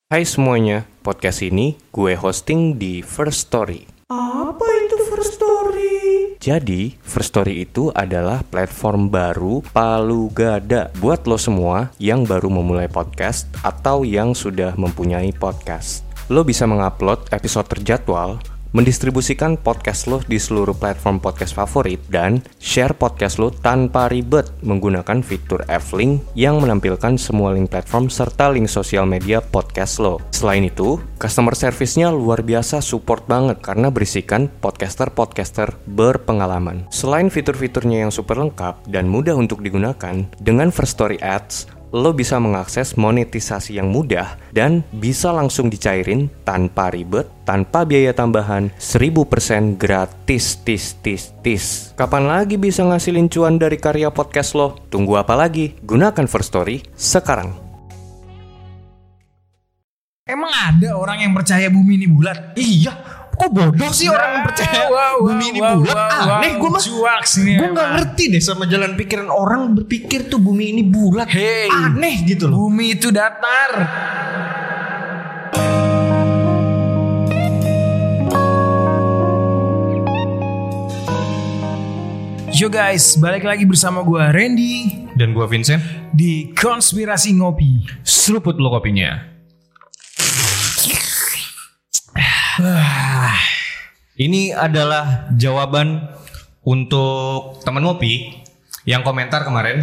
Hai semuanya, podcast ini gue hosting di First Story. Apa itu First Story? Jadi, First Story itu adalah platform baru palu gada buat lo semua yang baru memulai podcast atau yang sudah mempunyai podcast. Lo bisa mengupload episode terjadwal, mendistribusikan podcast lo di seluruh platform podcast favorit, dan share podcast lo tanpa ribet menggunakan fitur F-Link yang menampilkan semua link platform serta link sosial media podcast lo. Selain itu, customer service-nya luar biasa support banget karena berisikan podcaster-podcaster berpengalaman. Selain fitur-fiturnya yang super lengkap dan mudah untuk digunakan, dengan First Story Ads, lo bisa mengakses monetisasi yang mudah dan bisa langsung dicairin tanpa ribet, tanpa biaya tambahan, 1000% gratis, tis. Kapan lagi bisa ngasilin cuan dari karya podcast lo? Tunggu apa lagi? Gunakan First Story sekarang. Emang ada orang yang percaya bumi ini bulat? Iya, kok bodoh sih orang percaya bumi ini bulat? Aneh, gue mah gue nggak ngerti deh sama jalan pikiran orang berpikir tuh bumi ini bulat. Hey, aneh gitu loh. Bumi itu datar. Yo guys, balik lagi bersama gue Randy Dan gue Vincent di Konspirasi Ngopi. Seruput lo kopinya. Ini adalah jawaban untuk teman ngopi yang komentar kemarin.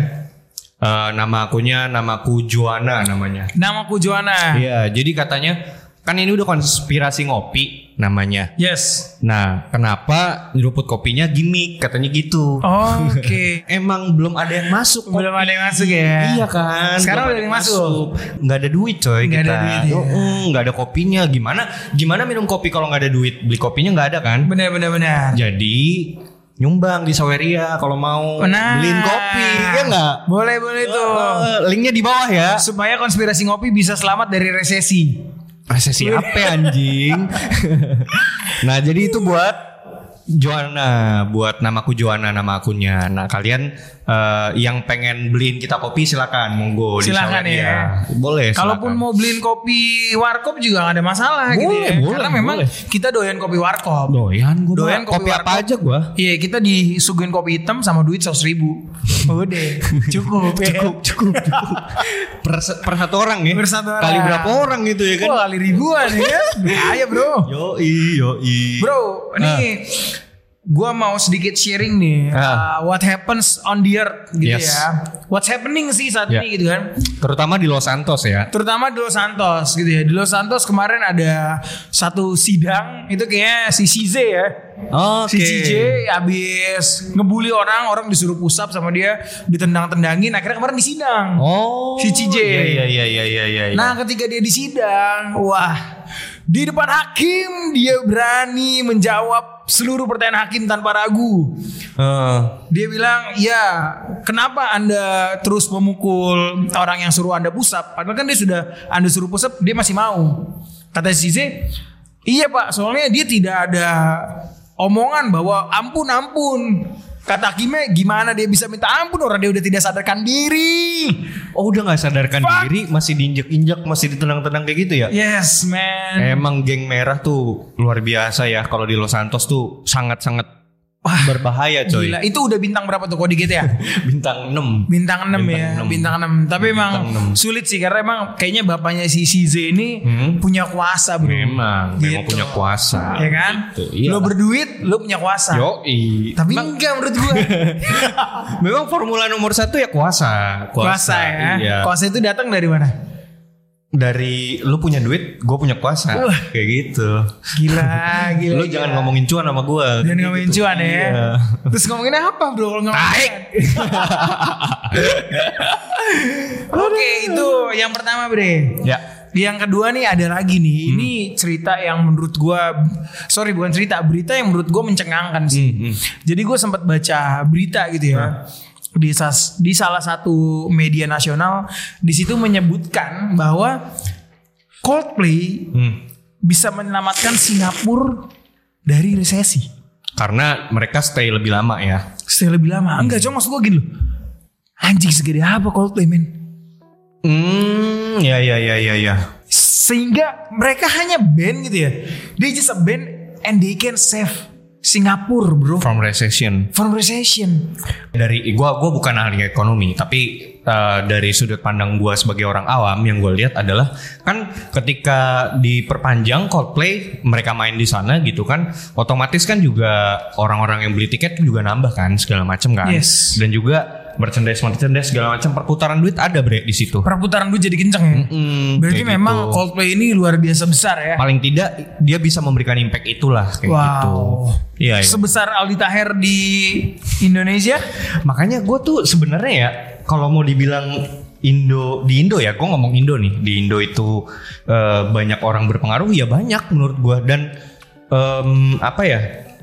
Namaku Joanna namanya. Namaku Joanna. Iya, jadi katanya kan ini udah konspirasi ngopi namanya. Yes. Nah, kenapa nyeruput kopinya gimmick katanya gitu. Oke. Emang belum ada yang masuk. Belum ada yang masuk ya. Iya kan. Sekarang udah ada yang masuk. Nggak ada duit coy. Nggak kita. ada duit ya. Nggak ada kopinya. Gimana minum kopi kalau nggak ada duit? Beli kopinya nggak ada kan? Benar. Jadi nyumbang di Saweria kalau mau beliin kopi, ya nggak? Boleh tuh. Linknya di bawah ya. Supaya konspirasi ngopi bisa selamat dari resesi. Resesi apa anjing? Nah jadi itu buat Joanna, buat namaku Joanna, nama akunnya. Nah kalian yang pengen beliin kita kopi silakan, monggo. Silakan ya. Boleh. Kalaupun mau beliin kopi warkop juga gak ada masalah gitu ya. Karena memang kita doyan kopi warkop. Doyan kopi apa aja gue. Iya, kita disuguhin kopi hitam sama duit 100.000. Udah, cukup. Per satu orang ya. Per satu orang. Kali berapa orang gitu ya kan? Wah, kali ribuan ya. Bahaya bro. Yoi. Bro, ini gua mau sedikit sharing nih what happens on the earth gitu ya. What's happening sih saat ini gitu kan. Terutama di Los Santos ya. Terutama di Los Santos gitu ya. Di Los Santos kemarin ada satu sidang itu kayaknya si CJ ya. Si CJ habis ngebully orang disuruh push up sama dia, ditendang-tendangin, akhirnya kemarin disidang. Si CJ. Iya. Nah, ketika dia disidang, wah, di depan hakim dia berani menjawab seluruh pertanyaan hakim tanpa ragu. Dia bilang, ya kenapa Anda terus memukul orang yang suruh Anda push up? Padahal kan dia sudah Anda suruh push up, dia masih mau. Kata CJ, iya Pak, soalnya dia tidak ada omongan bahwa ampun. Kata hakimnya, gimana dia bisa minta ampun orang dia udah tidak sadarkan diri. Oh, udah gak sadarkan diri, masih diinjek-injek, masih ditendang-tendang kayak gitu ya? Yes man. Emang geng merah tuh luar biasa ya. Kalau di Los Santos tuh sangat-sangat berbahaya coy. Gila, itu udah bintang berapa tuh kalau di GTA? Bintang 6. Bintang 6 ya. Bintang 6. Tapi emang sulit sih karena emang kayaknya bapaknya si CZ ini punya kuasa bro. Memang punya kuasa. Ya kan? Gitu. Lo berduit, lo punya kuasa. Yoi. Tapi enggak menurut gue. Memang formula nomor 1 ya kuasa. Kuasa ya. Iya. Kuasa itu datang dari mana? Dari lu punya duit, gue punya kuasa. Kayak gitu. Gila. Lu jangan ngomongin cuan sama gue. Jangan ngomongin cuan ya. Iya. Terus ngomongin apa bro kalau ngomongin? Oke, itu yang pertama bre. Ya. Yang kedua nih ada lagi nih. Ini cerita yang menurut gue, berita yang menurut gue mencengangkan sih. Jadi gue sempat baca berita gitu ya. Di salah satu media nasional, di situ menyebutkan bahwa Coldplay bisa menyelamatkan Singapura dari resesi karena mereka stay lebih lama ya. Enggak, cuma maksud gue gini loh, anjing segede apa Coldplay men? Ya. Sehingga mereka hanya band gitu ya. They just a band and they can save Singapura, bro. From recession. Dari gua bukan ahli ekonomi, tapi dari sudut pandang gua sebagai orang awam yang gua lihat adalah kan ketika diperpanjang Coldplay mereka main di sana gitu kan, otomatis kan juga orang-orang yang beli tiket juga nambah kan segala macam kan. Yes. Dan juga merchandise segala macam, perputaran duit ada bre di situ. Perputaran duit jadi kenceng ya. Berarti memang gitu. Coldplay ini luar biasa besar ya. Paling tidak dia bisa memberikan impact itulah kayak gitu. Iya. Sebesar Aldi Taher di Indonesia. Makanya gue tuh sebenarnya ya kalau mau dibilang di Indo ya, gue ngomong Indo nih. Di Indo itu banyak orang berpengaruh ya, banyak menurut gue. Dan apa ya,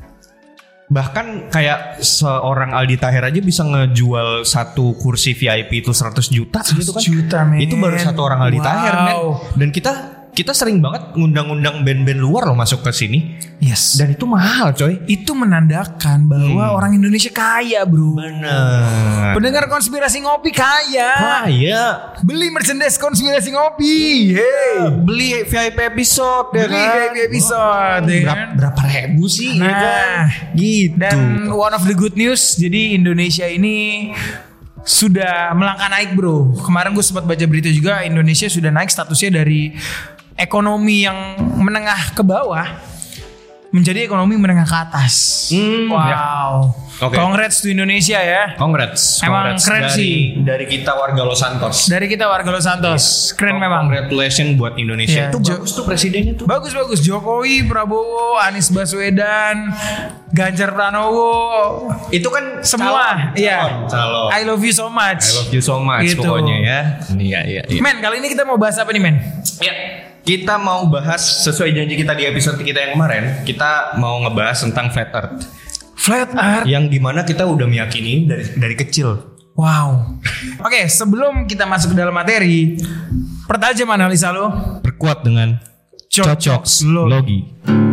bahkan kayak seorang Aldi Taher aja bisa ngejual satu kursi VIP itu 100 juta gitu kan. 100 juta, men. Itu baru satu orang Aldi Taher, men. Dan kita sering banget ngundang-undang band-band luar loh masuk ke sini. Yes. Dan itu mahal, coy. Itu menandakan bahwa orang Indonesia kaya, bro. Bener. Pendengar konspirasi ngopi kaya. Beli merchandise konspirasi ngopi. Hey. Beli VIP episode ya Beli kan? VIP episode. Berapa ribu sih? Nah, ya kan? Gitu. Dan one of the good news, jadi Indonesia ini sudah melangkah naik, bro. Kemarin gue sempat baca berita juga, Indonesia sudah naik statusnya dari ekonomi yang menengah ke bawah menjadi ekonomi menengah ke atas. Wow. Ya. Okay. Congrats to Indonesia ya. Congrats. Emang keren sih. Dari kita warga Los Santos. Keren memang. Congratulations buat Indonesia. Yeah. Itu bagus tuh presidennya tuh. Bagus. Jokowi, Prabowo, Anies Baswedan, Ganjar Pranowo. Itu kan semua. Iya. Calon. I love you so much. Gitu. Pokoknya ya. Iya. Men, kali ini kita mau bahas apa nih, men? Ya. Kita mau bahas sesuai janji kita di episode kita yang kemarin. Kita mau ngebahas tentang Flat Earth. Flat Earth. Yang dimana kita udah meyakini dari kecil. Wow. Oke, sebelum kita masuk ke dalam materi, pertajam analisa lo. Perkuat dengan cocok logi.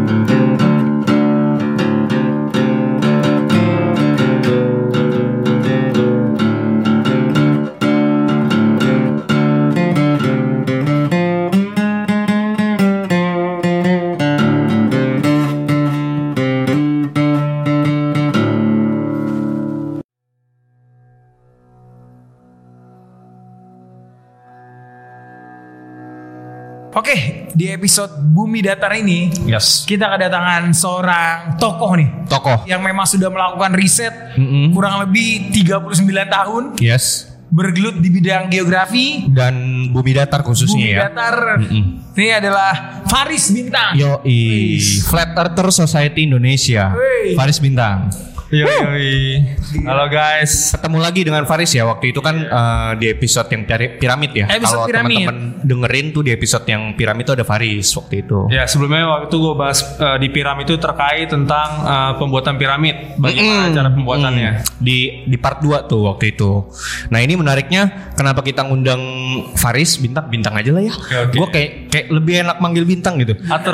Oke, di episode Bumi Datar ini, Yes. kita kedatangan seorang tokoh nih. Tokoh. Yang memang sudah melakukan riset kurang lebih 39 tahun. Yes. Bergelut di bidang geografi Dan bumi datar khususnya Bumi ya. Datar. Ini adalah Faris Bintang. Yoi. Flat Earther Society Indonesia. Wey. Faris Bintang. Yoi. Halo guys. Ketemu lagi dengan Faris ya. Waktu itu kan di episode yang piramid ya. Episode Kalau piramid. teman-teman dengerin tuh di episode yang piramid itu ada Faris waktu itu. Ya sebelumnya waktu itu gue bahas di piramid itu terkait tentang pembuatan piramid. Bagaimana cara pembuatannya. Di part 2 tuh waktu itu. Nah ini menariknya kenapa kita ngundang Faris Bintang aja lah ya. Oke. Gue kayak lebih enak manggil Bintang gitu. Atur.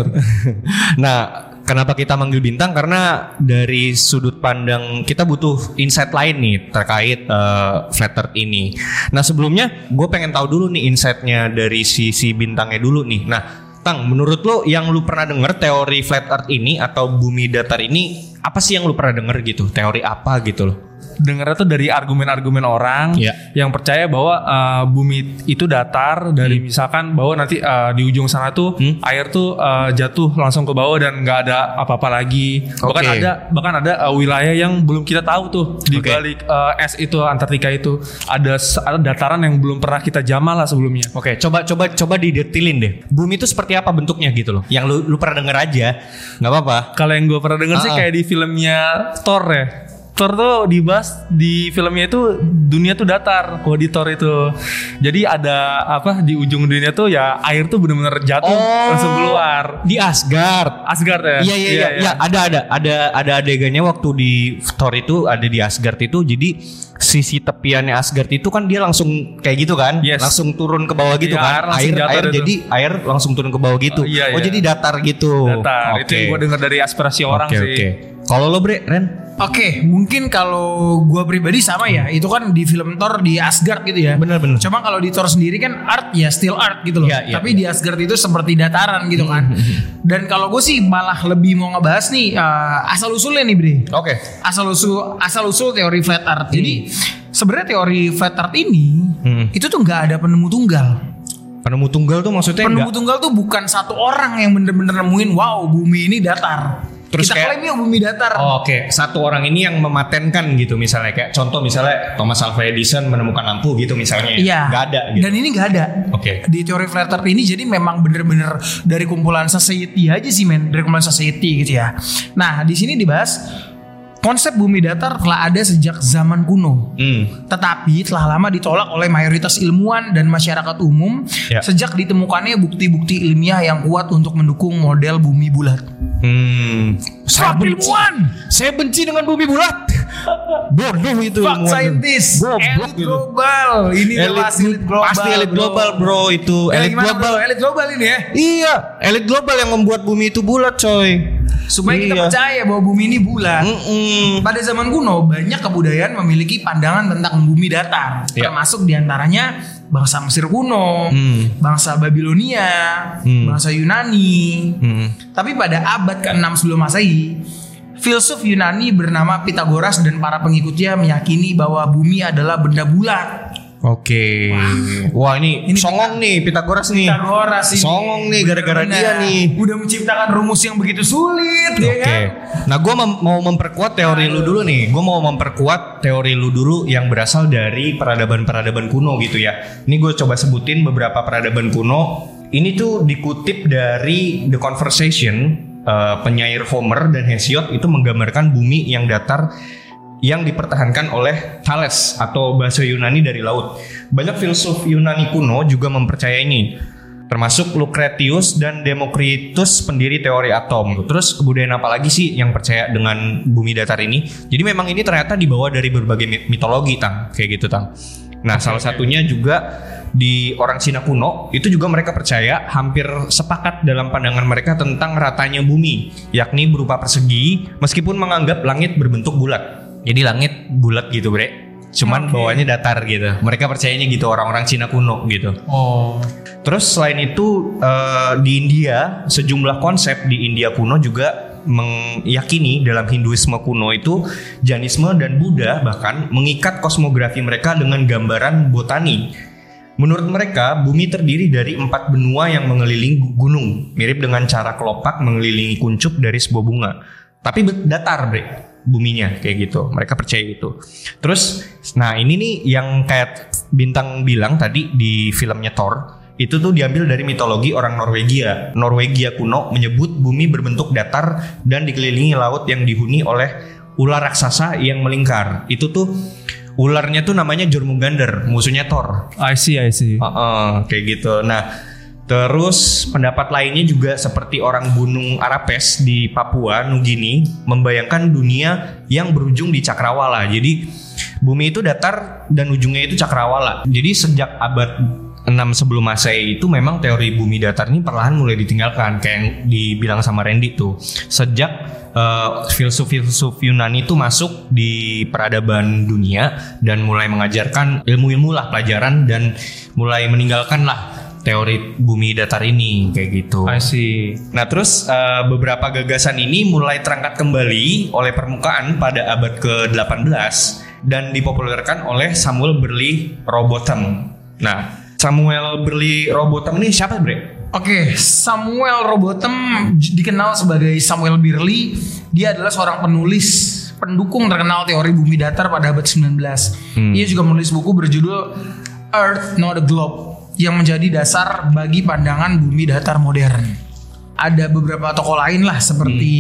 Nah, kenapa kita manggil Bintang? Karena dari sudut pandang kita butuh insight lain nih terkait Flat Earth ini. Nah sebelumnya gue pengen tahu dulu nih insightnya dari si Bintangnya dulu nih. Nah Tang, menurut lo yang lu pernah denger teori Flat Earth ini atau bumi datar ini, apa sih yang lu pernah denger gitu? Teori apa gitu loh? Dengarnya tuh dari argumen-argumen orang yang percaya bahwa bumi itu datar dari misalkan bahwa nanti di ujung sana tuh air tuh jatuh langsung ke bawah dan nggak ada apa-apa lagi. Bahkan ada wilayah yang belum kita tahu tuh di balik es itu Antartika itu ada dataran yang belum pernah kita jamah lah sebelumnya. Oke, coba didetilin deh. Bumi itu seperti apa bentuknya gitu loh? Yang lu pernah denger aja, nggak apa-apa. Kalau yang gue pernah denger sih kayak di filmnya Thor ya. Thor tuh dibahas di filmnya itu dunia tuh datar kalau di Thor itu. Jadi ada apa di ujung dunia tuh ya air tuh benar-benar jatuh langsung keluar. Di Asgard ya. Iya, ada adegannya waktu di Thor itu ada di Asgard itu. Jadi sisi tepiannya Asgard itu kan dia langsung kayak gitu kan, langsung turun ke bawah gitu kan. Air jadi air langsung turun ke bawah gitu. Jadi datar gitu. Datar. Itu yang gue dengar dari aspirasi orang sih. Kalau lo Bre, Ren? Oke, mungkin kalau gue pribadi sama ya. Itu kan di film Thor di Asgard gitu ya. Benar-benar. Cuma kalau di Thor sendiri kan art ya still art gitu loh. Ya, Tapi di Asgard itu seperti dataran gitu kan. Dan kalau gue sih malah lebih mau ngebahas nih asal usulnya nih Bre. Oke. Asal usul teori flat earth. Jadi sebenarnya teori flat earth ini itu tuh nggak ada penemu tunggal. Penemu tunggal tuh maksudnya penemu tunggal tuh bukan satu orang yang bener-bener nemuin wow bumi ini datar. Terus kita klaim ya bumi datar. Oke. Satu orang ini yang mematenkan gitu misalnya kayak contoh misalnya Thomas Alva Edison menemukan lampu gitu misalnya. Iya. Gak ada gitu. Dan ini gak ada. Oke. Di teori flat earth ini jadi memang bener-bener dari kumpulan society aja sih men, dari kumpulan society gitu ya. Nah di sini dibahas konsep bumi datar telah ada sejak zaman kuno, tetapi telah lama ditolak oleh mayoritas ilmuwan dan masyarakat umum sejak ditemukannya bukti-bukti ilmiah yang kuat untuk mendukung model bumi bulat. Saya benci dengan bumi bulat. Bodoh itu. Fuck scientist, elit global. Ini elit global. Pasti elit global bro itu. Elit global. Elit global ini ya. Iya, elit global yang membuat bumi itu bulat coy. Supaya kita percaya bahwa bumi ini bulat. Pada zaman kuno banyak kebudayaan memiliki pandangan tentang bumi datar, termasuk diantaranya bangsa Mesir kuno, bangsa Babilonia, bangsa Yunani. Tapi pada abad ke-6 sebelum Masehi, filsuf Yunani bernama Pitagoras dan para pengikutnya meyakini bahwa bumi adalah benda bulat. Oke. Wah ini songong nih Pitagoras nih. Pitagoras ini. Songong nih gara-gara dia nih. Udah menciptakan rumus yang begitu sulit ya kan. Nah gue mau memperkuat teori lu dulu nih. Gue mau memperkuat teori lu dulu yang berasal dari peradaban-peradaban kuno gitu ya. Ini gue coba sebutin beberapa peradaban kuno. Ini tuh dikutip dari The Conversation. Penyair Homer dan Hesiod itu menggambarkan bumi yang datar yang dipertahankan oleh Thales atau bahasa Yunani dari laut. Banyak filsuf Yunani kuno juga mempercayai ini, termasuk Lucretius dan Democritus pendiri teori atom. Terus kebudayaan apa lagi sih yang percaya dengan bumi datar ini? Jadi memang ini ternyata dibawa dari berbagai mitologi Tang, kayak gitu Tang. Nah salah satunya juga di orang Cina kuno itu juga mereka percaya hampir sepakat dalam pandangan mereka tentang ratanya bumi, yakni berupa persegi meskipun menganggap langit berbentuk bulat. Jadi langit bulat gitu bre, cuman bawahnya datar gitu. Mereka percayanya gitu orang-orang Cina kuno gitu. Terus selain itu di India sejumlah konsep di India kuno juga meyakini dalam Hinduisme kuno itu Jainisme dan Buddha bahkan mengikat kosmografi mereka dengan gambaran botani. Menurut mereka bumi terdiri dari 4 benua yang mengelilingi gunung, mirip dengan cara kelopak mengelilingi kuncup dari sebuah bunga. Tapi datar bre buminya kayak gitu. Mereka percaya itu. Terus nah ini nih yang kayak Bintang bilang tadi di filmnya Thor, itu tuh diambil dari mitologi orang Norwegia. Norwegia kuno menyebut bumi berbentuk datar dan dikelilingi laut yang dihuni oleh ular raksasa yang melingkar. Itu tuh ularnya tuh namanya Jormungandr, musuhnya Thor. I see. Kayak gitu. Nah terus pendapat lainnya juga seperti orang Gunung Arapes di Papua Nugini membayangkan dunia yang berujung di cakrawala. Jadi bumi itu datar dan ujungnya itu cakrawala. Jadi sejak abad 6 sebelum Masehi itu memang teori bumi datar ini perlahan mulai ditinggalkan kayak yang dibilang sama Randy tuh. Sejak filsuf-filsuf Yunani itu masuk di peradaban dunia dan mulai mengajarkan ilmu-ilmu lah pelajaran dan mulai meninggalkan lah teori bumi datar ini kayak gitu. I see. Nah terus beberapa gagasan ini mulai terangkat kembali oleh permukaan pada abad ke-18 dan dipopulerkan oleh Samuel Burley Robotham. Nah Samuel Burley Robotham ini siapa bre? Oke, Samuel Robotham dikenal sebagai Samuel Burley. Dia adalah seorang penulis pendukung terkenal teori bumi datar pada abad 19. Ia juga menulis buku berjudul Earth Not a Globe yang menjadi dasar bagi pandangan bumi datar modern. Ada beberapa tokoh lain lah seperti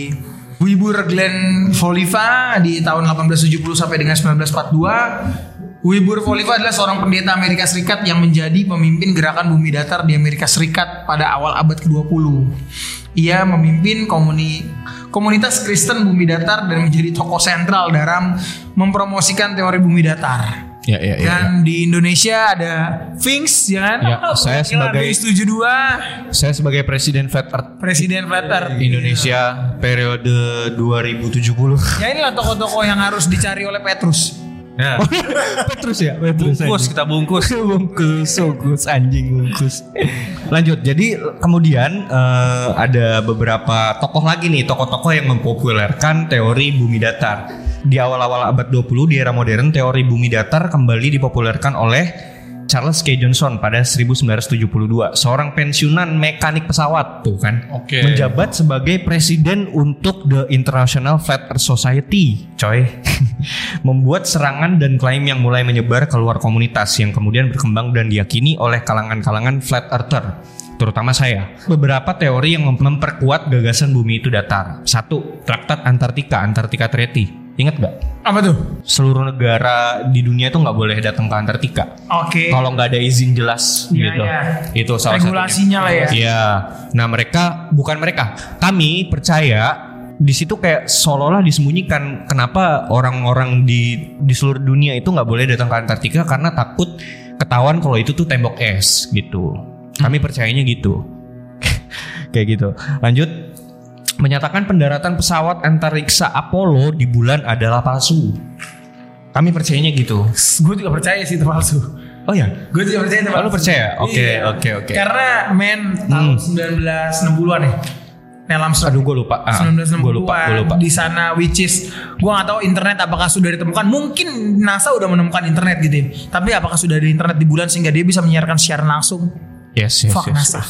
Wibur Glenn Voliva di tahun 1870 sampai dengan 1942. Wibur Voliva adalah seorang pendeta Amerika Serikat yang menjadi pemimpin gerakan bumi datar di Amerika Serikat pada awal abad ke-20. Ia memimpin komunitas Kristen bumi datar dan menjadi tokoh sentral dalam mempromosikan teori bumi datar. Ya. Dan di Indonesia ada Finks, ya kan? Ya, saya sebagai 72. Saya sebagai Presiden Flat Earth Presiden Flat Earth Indonesia periode 2070. Ya inilah tokoh-tokoh yang harus dicari oleh Petrus. Ya. Petrus ya, Petrus. Bungkus, kita bungkus. bungkus anjing bungkus. Lanjut. Jadi kemudian ada beberapa tokoh lagi nih, tokoh-tokoh yang mempopulerkan teori bumi datar. Di awal-awal abad 20 di era modern, teori bumi datar kembali dipopulerkan oleh Charles K. Johnson pada 1972, seorang pensiunan mekanik pesawat tuh kan, menjabat sebagai presiden untuk The International Flat Earth Society, coy. Membuat serangan dan klaim yang mulai menyebar keluar komunitas yang kemudian berkembang dan diyakini oleh kalangan-kalangan flat earther, terutama saya. Beberapa teori yang memperkuat gagasan bumi itu datar. 1. Traktat Antartika Treaty. Ingat gak? Apa tuh? Seluruh negara di dunia itu nggak boleh datang ke Antartika. Oke. Kalau nggak ada izin jelas gitu. Itu salah regulasinya satunya. lah ya. Iya. Nah kami percaya di situ kayak seolah-olah disembunyikan kenapa orang-orang di seluruh dunia itu nggak boleh datang ke Antartika karena takut ketahuan kalau itu tuh tembok es gitu. Kami percayanya gitu. Kayak gitu. Lanjut. Menyatakan pendaratan pesawat antariksa Apollo di bulan adalah palsu. Kami percayanya gitu. Gue juga percaya sih itu palsu. Oh ya? Gue juga percaya itu palsu. Lu percaya? Oke. Karena tahun 1960-an ya. Neil Armstrong. Aduh gue lupa. 1960-an di sana, which is gue nggak tahu internet apakah sudah ditemukan. Mungkin NASA udah menemukan internet gitu ya. Tapi apakah sudah ada internet di bulan sehingga dia bisa menyiarkan siaran langsung? Yes. Fuck NASA.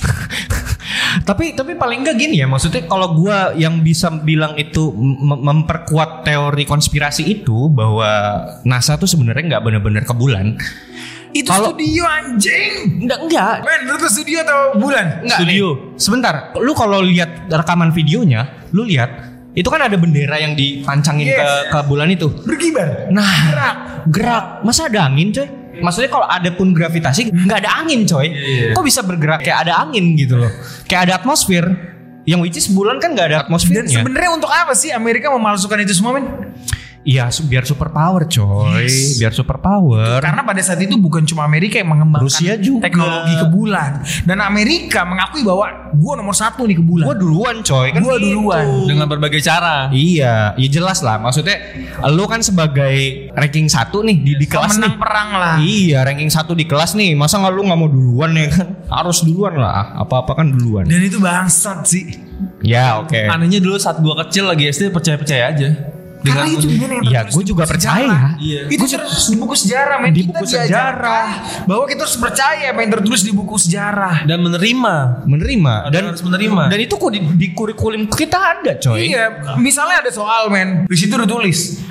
Tapi paling enggak gini ya, maksudnya kalau gue yang bisa bilang itu memperkuat teori konspirasi itu bahwa NASA tuh sebenarnya nggak benar-benar ke bulan. Itu studio anjing. Enggak. Men, itu studio atau bulan? Enggak. Studio. Sebentar, lu kalau lihat rekaman videonya, lu lihat itu kan ada bendera yang dipancangin ke bulan itu. Berkibar. Nah, gerak. Masa ada angin, coy? Maksudnya kalau ada pun gravitasi nggak ada angin, coy. Kok bisa bergerak kayak ada angin gitu loh? Kayak ada atmosfer. Yang which is bulan kan nggak ada atmosfernya. Dan sebenarnya untuk apa sih Amerika memalsukan itu semua, men? Iya, biar super power, coy. Yes. Biar super power. Karena pada saat itu bukan cuma Amerika yang mengembangkan Rusia juga. teknologi ke bulan, dan Amerika mengakui bahwa gue nomor 1 nih ke bulan. Gue duluan, coy. Kan gue duluan. Dengan berbagai cara. Iya, ya jelas lah. Maksudnya, lu kan sebagai ranking 1 nih di kelas menang nih. perang lah. Iya, ranking 1 di kelas nih. Masa nggak lu nggak mau duluan ya kan? Harus duluan lah. Apa-apa kan duluan. Dan itu bangsat sih. Ya, oke. Anehnya dulu saat gue kecil lagi SD percaya aja. Karena itu bener yang ya gue juga percaya. Iya. Itu terus di buku sejarah, men. Di Kita buku diajarkan sejarah. bahwa kita harus percaya apa yang tertulis di buku sejarah. Dan menerima. Dan harus menerima. Dan itu kok di kurikulum kita ada, coy. Iya, misalnya ada soal, men. Di situ ditulis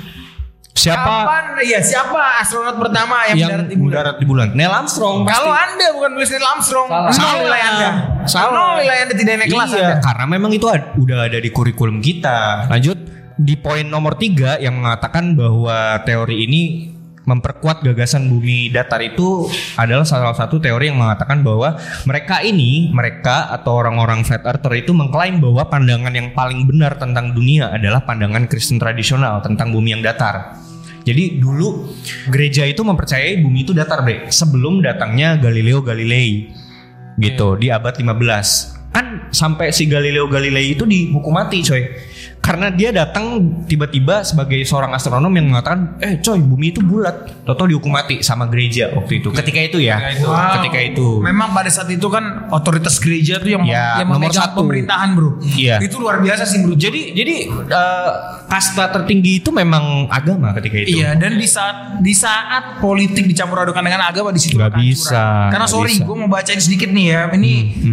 Siapa siapa astronot pertama yang mendarat di bulan? Neil Armstrong. Kalau Anda bukan tulis Neil Armstrong, Salah. nilai Anda. Salah. Nilai Anda tidak naik kelas Iya, Anda. karena memang itu udah ada di kurikulum kita. Lanjut di poin nomor 3 yang mengatakan bahwa teori ini memperkuat gagasan bumi datar itu adalah salah satu teori yang mengatakan bahwa mereka atau orang-orang flat earther itu mengklaim bahwa pandangan yang paling benar tentang dunia adalah pandangan Kristen tradisional tentang bumi yang datar. Jadi dulu gereja itu mempercayai bumi itu datar, Bre, sebelum datangnya Galileo Galilei gitu di abad 15. Kan sampai si Galileo Galilei itu dihukum mati, coy. Karena dia datang tiba-tiba sebagai seorang astronom yang mengatakan, coy, bumi itu bulat. Toto dihukum mati sama gereja waktu itu. Ketika itu ya. Ketika itu. Memang pada saat itu kan otoritas gereja tuh yang nomor memegang 1 pemerintahan, bro. Iya. Itu luar biasa sih, bro. Jadi kasta tertinggi itu memang agama ketika itu. Iya, dan di saat politik dicampur adukan dengan agama di situ Nggak akan bisa, curang. Karena nggak sorry, bisa. gue mau bacain sedikit nih ya. Ini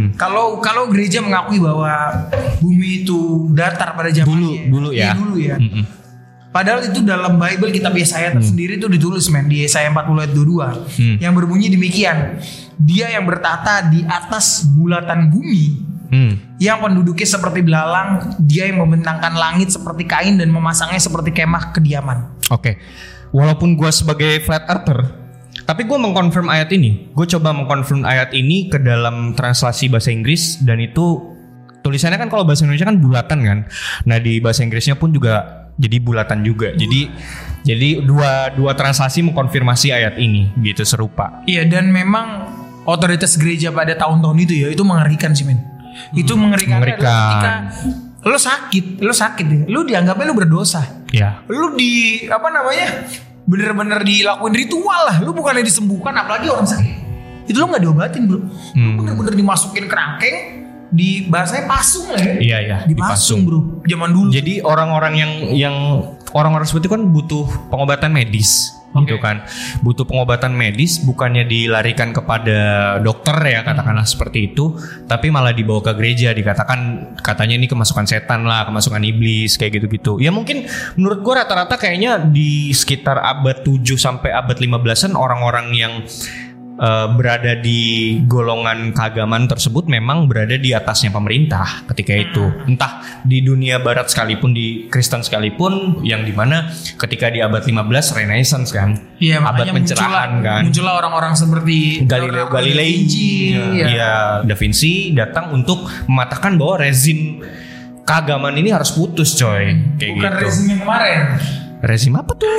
kalau gereja mengakui bahwa bumi itu datar pada zamannya. Dulu ya. Iya, dulu ya. Padahal itu dalam Bible kitab Yesaya tersendiri itu ditulis, men, di Yesaya 40 ayat 22 yang berbunyi demikian. Dia yang bertata di atas bulatan bumi, yang penduduknya seperti belalang, dia yang membentangkan langit seperti kain dan memasangnya seperti kemah kediaman. Oke. Walaupun gue sebagai flat earther, tapi gue mengkonfirm ayat ini. Gue coba mengkonfirm ayat ini ke dalam translasi bahasa Inggris, dan itu tulisannya kan kalau bahasa Indonesia kan bulatan kan. Nah di bahasa Inggrisnya pun juga Jadi bulatan juga. Jadi dua translasi mengkonfirmasi ayat ini gitu serupa. Iya, dan memang otoritas gereja pada tahun-tahun itu mengerikan sih, men. Itu mengerikan. Ketika lo sakit deh. Lo dianggapnya lo berdosa. Ya. Lo bener-bener dilakuin ritual lah. Lo bukannya disembuhkan, apalagi orang sakit. Itu lo nggak diobatin, bro. Lo bener-bener dimasukin kerangkeng, di bahasanya pasung lah ya. Iya. Dipasung, bro. Zaman dulu. Jadi orang-orang yang orang-orang seperti itu kan butuh pengobatan medis. Gitu kan, butuh pengobatan medis, bukannya dilarikan kepada dokter ya, katakanlah seperti itu, tapi malah dibawa ke gereja, dikatakan katanya ini kemasukan setan lah, kemasukan iblis kayak gitu-gitu. Ya mungkin menurut gue rata-rata kayaknya di sekitar abad 7 sampai abad 15-an orang-orang yang berada di golongan keagamaan tersebut memang berada di atasnya pemerintah ketika itu, entah di dunia barat sekalipun, di Kristen sekalipun, yang dimana ketika di abad 15 Renaissance kan, abad pencerahan kan, muncullah orang-orang seperti Galileo Galilei, Da Vinci datang untuk mematahkan bahwa rezim keagamaan ini harus putus, coy, kayak bukan gitu. Rezim yang kemarin. Rezim apa tuh?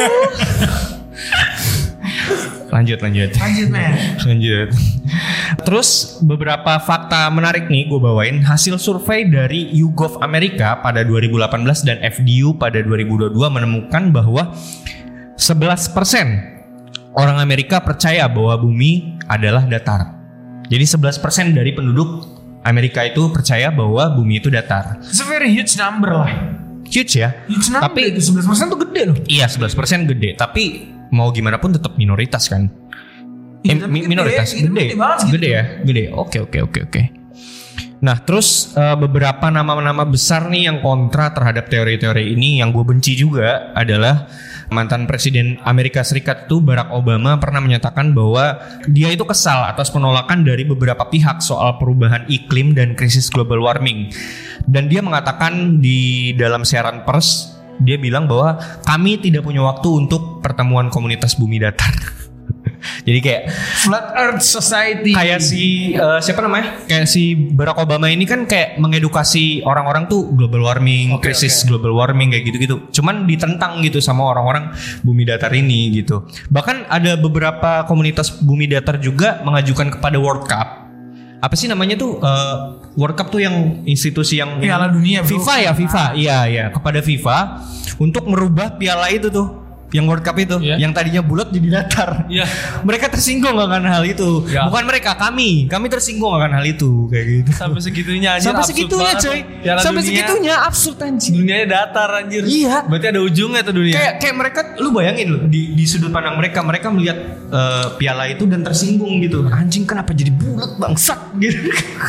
Lanjut men. Terus beberapa fakta menarik nih gue bawain. Hasil survei dari YouGov Amerika pada 2018 dan FDU pada 2022 menemukan bahwa 11% orang Amerika percaya bahwa bumi adalah datar. Jadi 11% dari penduduk Amerika itu percaya bahwa bumi itu datar. It's a very huge number lah. Huge ya. Huge number. Tapi itu 11% tuh gede loh. Iya, 11% gede. Tapi mau gimana pun tetap minoritas kan. Minoritas gede ya. Oke. Nah terus beberapa nama-nama besar nih yang kontra terhadap teori-teori ini, yang gue benci juga adalah mantan presiden Amerika Serikat itu Barack Obama pernah menyatakan bahwa dia itu kesal atas penolakan dari beberapa pihak soal perubahan iklim dan krisis global warming. Dan dia mengatakan di dalam siaran pers, dia bilang bahwa kami tidak punya waktu untuk pertemuan komunitas bumi datar. Jadi kayak Flat Earth Society. Kayak si siapa namanya? Kayak si Barack Obama ini kan kayak mengedukasi orang-orang tuh global warming, krisis global warming kayak gitu-gitu. Cuman ditentang gitu sama orang-orang bumi datar ini gitu. Bahkan ada beberapa komunitas bumi datar juga mengajukan kepada World Cup. Apa sih namanya tuh World Cup tuh yang institusi yang Piala Dunia, bro. FIFA ya, FIFA. Iya, kepada FIFA untuk merubah piala itu tuh. Yang World Cup itu, yang tadinya bulat jadi datar. Mereka tersinggung akan hal itu. Bukan mereka, kami tersinggung akan hal itu kayak gitu. Sampai segitunya anjir. Sampai segitunya coy. Sampai segitunya absurd anjir. Dunianya datar anjir. Iya. Berarti ada ujungnya tuh dunia. Kayak mereka, lu bayangin loh di sudut pandang mereka melihat piala itu dan tersinggung gitu. Anjing kenapa jadi bulat bangsat gitu.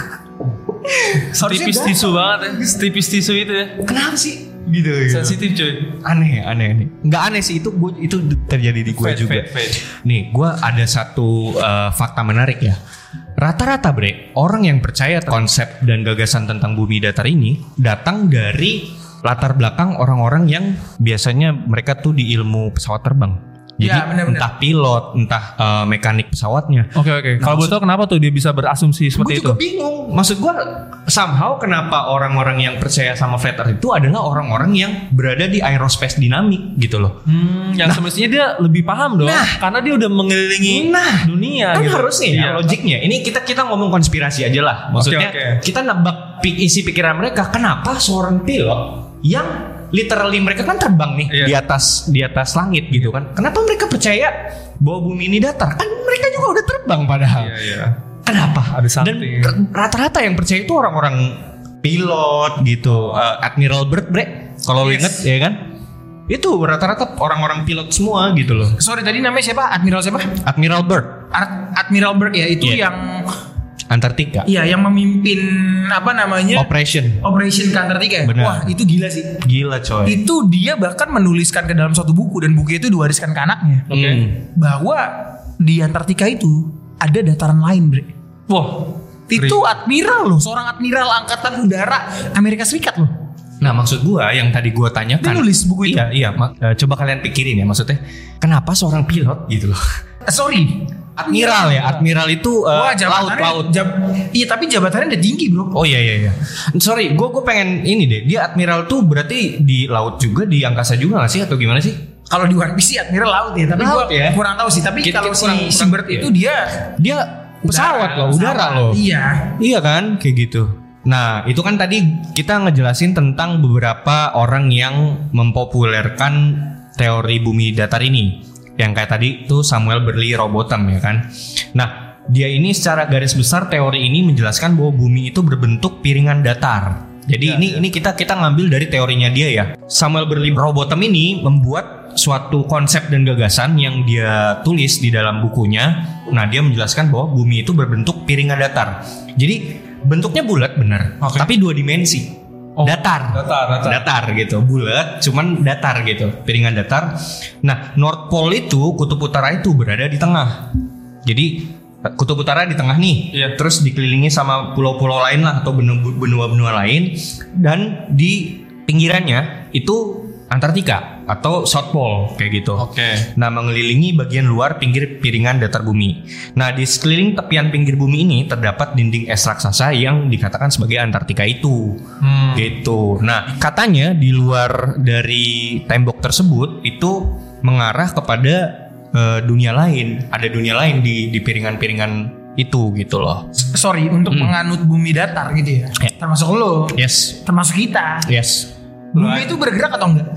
Tipis tisu banget ya. Tipis tisu itu ya. Kenapa sih? Gitu. Sensitif coy. Aneh. Nggak aneh sih, itu terjadi di gue juga. Nih, gue ada satu fakta menarik ya. Rata-rata orang yang percaya konsep dan gagasan tentang bumi datar ini datang dari latar belakang orang-orang yang biasanya mereka tuh di ilmu pesawat terbang. Jadi entah pilot, entah mekanik pesawatnya. Oke. Kalau gue tau kenapa tuh dia bisa berasumsi seperti itu? Gue juga bingung. Maksud gue somehow kenapa orang-orang yang percaya sama flat earth itu adalah orang-orang yang berada di aerospace dinamik gitu loh. Yang semestinya dia lebih paham dong. Karena dia udah mengelilingi dunia. Kan gitu. harusnya ya logiknya. Ini kita ngomong konspirasi aja lah. Maksudnya kita nebak isi pikiran mereka. Kenapa seorang pilot yang literally mereka kan terbang nih di atas langit gitu kan. Kenapa mereka percaya bahwa bumi ini datar? Kan mereka juga udah terbang padahal. Kenapa? Ada something. Dan rata-rata yang percaya itu orang-orang pilot gitu. Admiral Byrd, kalau lu inget ya kan? Itu rata-rata orang-orang pilot semua gitu loh. Sorry, tadi namanya siapa? Admiral siapa? Admiral Byrd. Admiral Byrd ya, itu yang Antartika. Iya, yang memimpin apa namanya? Operation ke Antartika. Benar. Wah, itu gila sih. Gila coy. Itu dia bahkan menuliskan ke dalam suatu buku, dan buku itu diwariskan ke anaknya. Bahwa di Antartika itu ada dataran lain, Wah, itu admiral loh, seorang admiral angkatan udara Amerika Serikat loh. Nah, maksud gua yang tadi gua tanyakan. Dia nulis buku itu. Iya. Coba kalian pikirin ya, maksudnya kenapa seorang pilot gitu loh. Sorry, Admiral ya. Admiral itu laut. Iya, tapi jabatannya udah tinggi, Bro. Oh iya. Sorry, gue pengen ini deh. Dia admiral tuh berarti di laut juga, di angkasa juga nggak sih atau gimana sih? Kalau di One Piece sih admiral laut ya, tapi gue kurang tahu sih. Tapi kalau si Bird itu dia pesawat loh, udara loh. Iya kan, kayak gitu. Nah, itu kan tadi kita ngejelasin tentang beberapa orang yang mempopulerkan teori bumi datar ini. Yang kayak tadi itu Samuel Burley Rowbotham ya kan. Nah, dia ini secara garis besar teori ini menjelaskan bahwa bumi itu berbentuk piringan datar. Jadi ini kita ngambil dari teorinya dia ya. Samuel Burley Rowbotham ini membuat suatu konsep dan gagasan yang dia tulis di dalam bukunya. Nah, dia menjelaskan bahwa bumi itu berbentuk piringan datar. Jadi bentuknya bulat benar, tapi 2 dimensi. Datar gitu, bulat, cuman datar gitu, piringan datar. Nah, North Pole itu, kutub utara itu berada di tengah. Jadi kutub utara di tengah nih, terus dikelilingi sama pulau-pulau lain lah atau benua-benua lain, dan di pinggirannya itu Antartika atau South Pole kayak gitu. Nah, mengelilingi bagian luar pinggir piringan datar bumi. Nah, di sekeliling tepian pinggir bumi ini terdapat dinding es raksasa yang dikatakan sebagai Antartika itu. Gitu. Nah, katanya di luar dari tembok tersebut itu mengarah kepada dunia lain. Ada dunia lain di piringan-piringan itu gitu loh. Sorry, untuk menganut bumi datar gitu ya. Termasuk lo. Yes. Termasuk kita. Yes. Bumi itu bergerak atau enggak?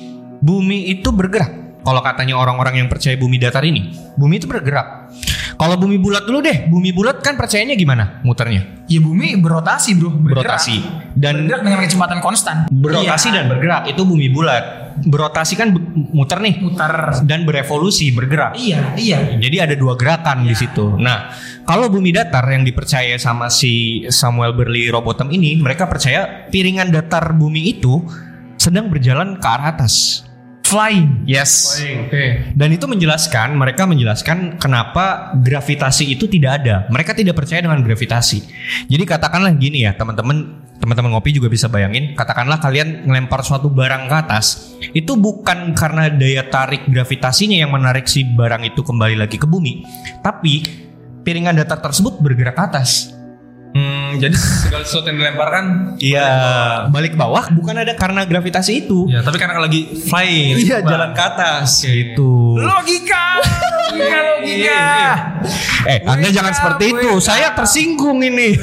Bumi itu bergerak. Kalau katanya orang-orang yang percaya bumi datar ini, bumi itu bergerak. Kalau bumi bulat dulu deh, bumi bulat kan percayanya gimana muternya? Ya bumi berotasi bro, berotasi dan bergerak dengan kecepatan konstan. Berotasi dan bergerak itu bumi bulat. Berotasi kan muter dan berevolusi bergerak. Iya. Jadi ada 2 gerakan di situ. Nah, kalau bumi datar yang dipercaya sama si Samuel Burley Rowbotham ini, mereka percaya piringan datar bumi itu sedang berjalan ke arah atas. Flying. Yes. Dan itu mereka menjelaskan kenapa gravitasi itu tidak ada. Mereka tidak percaya dengan gravitasi. Jadi katakanlah gini ya, teman-teman ngopi juga bisa bayangin, katakanlah kalian ngelempar suatu barang ke atas, itu bukan karena daya tarik gravitasinya yang menarik si barang itu kembali lagi ke bumi, tapi piringan datar tersebut bergerak ke atas. Jadi segala sesuatu yang dilemparkan balik ke bawah bukan ada karena gravitasi itu. Ya, tapi karena lagi flying. Iya, jalan ke atas gitu. Logika. Anda jangan seperti itu. Saya tersinggung ini.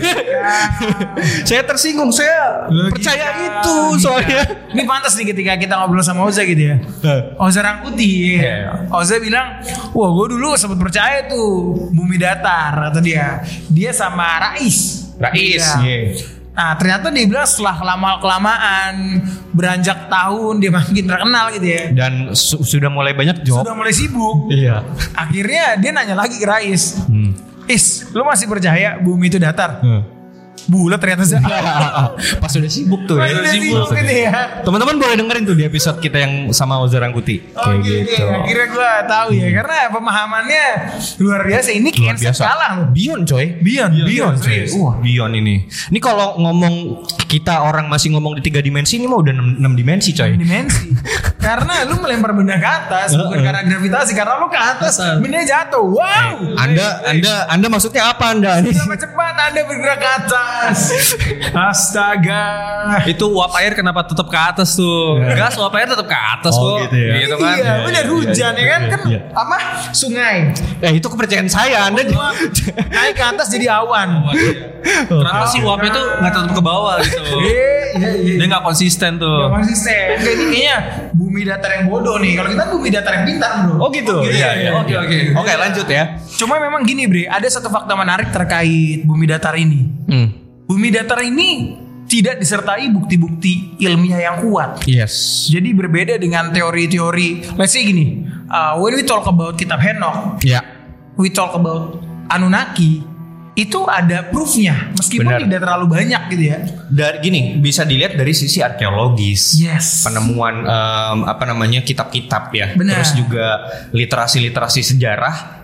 Saya tersinggung. Saya percaya itu soalnya. Ini pantas nih ketika kita ngobrol sama Oza gitu ya. Oza Rangkuti. Oza bilang, wah gue dulu sempat percaya tuh bumi datar kata dia. Dia sama Rais. Nah, ternyata dia bilang setelah lama-kelamaan beranjak tahun dia makin terkenal gitu ya. Dan sudah mulai banyak job. Sudah mulai sibuk. Iya. Akhirnya dia nanya lagi ke Rais. Is, lu masih percaya bumi itu datar? Bulat ternyata sih. Pas udah sibuk tuh ya. Sibuk gitu ya. Teman-teman boleh dengerin tuh di episode kita yang sama Oza Rangkuti. Kayak gitu. Akhirnya gue tahu ya, karena pemahamannya luar biasa. Ini cancel kalah loh. Bion coy. Bion coy. Bion ini. Ini kalau ngomong kita orang masih ngomong di 3 dimensi, ini mah udah 6 dimensi coy. 6 dimensi. Karena lu melempar benda ke atas bukan karena gravitasi, karena lu ke atas benda jatuh. Wow. Anda maksudnya apa Anda? Seberapa cepat Anda bergerak ke atas? Astaga. Itu uap air kenapa tetap ke atas tuh? Gas uap air tetap ke atas kok. Gitu ya. Gitu kan. Iya, benar hujan ya kan? Kan apa? Sungai. Itu kepercayaan saya. Anda naik ke atas jadi awan. Kenapa sih uapnya tuh nggak tetap ke bawah gitu? Dia nggak konsisten tuh. Nggak konsisten. Ini kayaknya bumi datar yang bodoh nih. Kalau kita bumi datar yang pintar bro. Oh gitu. Iya. Oke, lanjut ya. Cuma memang gini bre, ada satu fakta menarik terkait bumi datar ini. Bumi datar ini tidak disertai bukti-bukti ilmiah yang kuat. Yes. Jadi berbeda dengan teori-teori. Let's say gini, when we talk about kitab Henokh, we talk about Anunnaki, itu ada proofnya, meskipun tidak terlalu banyak gitu ya. Dari gini, bisa dilihat dari sisi arkeologis, penemuan kitab-kitab ya. Benar. Terus juga literasi sejarah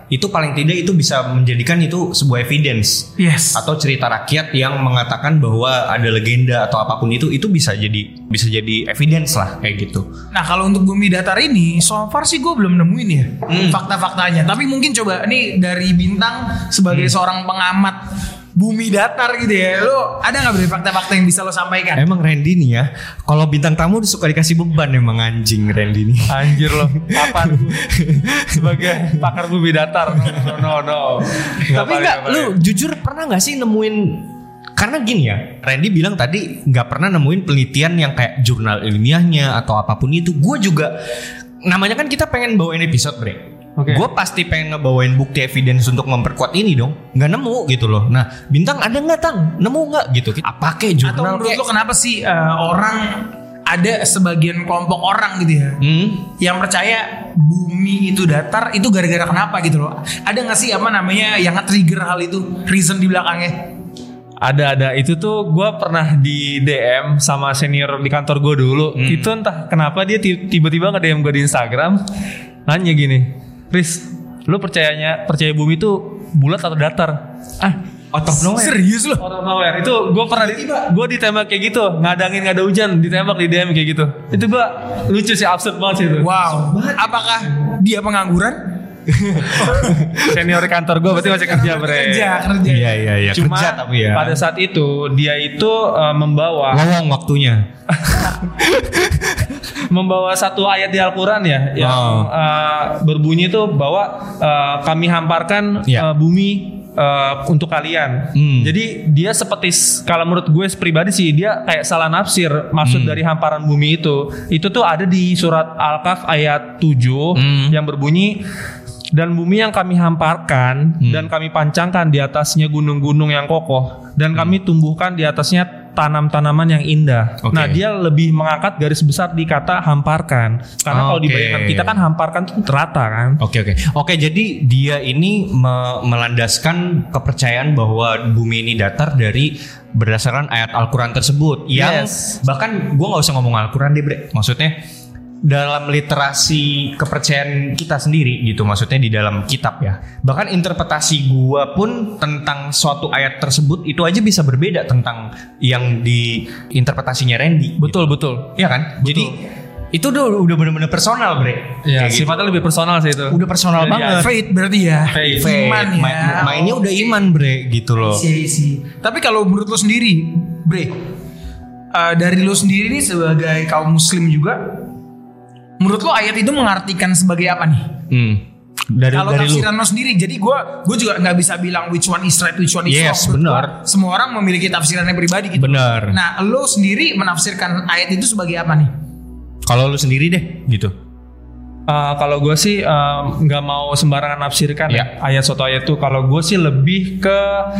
itu paling tidak itu bisa menjadikan itu sebuah evidence. Yes. Atau cerita rakyat yang mengatakan bahwa ada legenda atau apapun itu bisa jadi evidence lah kayak gitu. Nah kalau untuk bumi datar ini, so far sih gue belum nemuin ya fakta-faktanya. Tapi mungkin coba nih dari Bintang sebagai seorang pengamat bumi datar gitu ya, lo ada nggak beri fakta-fakta yang bisa lo sampaikan? Emang Randy nih ya, kalau bintang tamu suka dikasih beban emang anjing Randy nih. Anjir lo, apaan sebagai pakar bumi datar? No. Tapi enggak, lu jujur pernah nggak sih nemuin? Karena gini ya, Randy bilang tadi nggak pernah nemuin penelitian yang kayak jurnal ilmiahnya atau apapun itu. Gue juga, namanya kan kita pengen bawain episode Bre. Okay. Gue pasti pengen ngebawain bukti evidence untuk memperkuat ini dong. Nggak nemu gitu loh. Nah Bintang ada nggak Tang? Nemu nggak gitu? Apa kayak jurnal? Atau menurut lo kenapa sih orang, ada sebagian kelompok orang gitu ya yang percaya bumi itu datar, itu gara-gara kenapa gitu loh? Ada nggak sih apa namanya yang nge-trigger hal itu, reason di belakangnya? Ada itu tuh gue pernah di DM sama senior di kantor gue dulu. Itu entah kenapa dia tiba-tiba nge-DM gue di Instagram, nanya gini, Riz, lu percaya bumi itu bulat atau datar? Out of nowhere. Serius lo? Out of nowhere. Itu gue pernah gue ditembak kayak gitu, nggak ada angin nggak ada hujan, ditembak di DM kayak gitu. Itu gue lucu sih, absurd banget sih itu. Wow. Apakah dia pengangguran? Senior kantor gue berarti masih kerja bre. Kerja. Iya. Cuma kerja tapi ya. pada saat itu dia itu membawa ngomong waktunya. membawa satu ayat di Al-Quran ya yang berbunyi itu bahwa kami hamparkan bumi untuk kalian. Jadi dia seperti, kalau menurut gue pribadi sih dia kayak salah nafsir maksud dari hamparan bumi itu. Itu tuh ada di surat Al-Kahf ayat 7 yang berbunyi, dan bumi yang kami hamparkan dan kami pancangkan di atasnya gunung-gunung yang kokoh, dan kami tumbuhkan di atasnya tanam-tanaman yang indah. Okay. Nah dia lebih mengangkat garis besar di kata hamparkan, karena kalau dibayangkan kita kan hamparkan itu rata kan. Oke, jadi dia ini melandaskan kepercayaan bahwa bumi ini datar dari berdasarkan ayat Al-Quran tersebut. Yang bahkan gue nggak usah ngomong Al-Quran deh bre, maksudnya dalam literasi kepercayaan kita sendiri gitu, maksudnya di dalam kitab ya. Bahkan interpretasi gua pun tentang suatu ayat tersebut itu aja bisa berbeda tentang yang di interpretasinya Randy. Betul. Iya kan? Betul. Jadi itu udah benar-benar personal, Bre. Iya, sifatnya lebih personal sih itu. Udah personal banget. Faith berarti ya. Faith. Iman ya. Mainnya udah iman, Bre, gitu loh. Iya. Tapi kalau menurut lo sendiri, Bre, dari lo sendiri nih sebagai kaum muslim juga, menurut lo ayat itu mengartikan sebagai apa nih? Kalau tafsiran lo sendiri, jadi gue juga nggak bisa bilang which one is right, which one is wrong. Yes, benar. Semua orang memiliki tafsirannya pribadi gitu. Benar. Nah, lo sendiri menafsirkan ayat itu sebagai apa nih? Kalau lo sendiri deh, gitu. Kalau gue sih nggak mau sembarangan nafsirkan ayat suatu ayat itu. Kalau gue sih lebih ke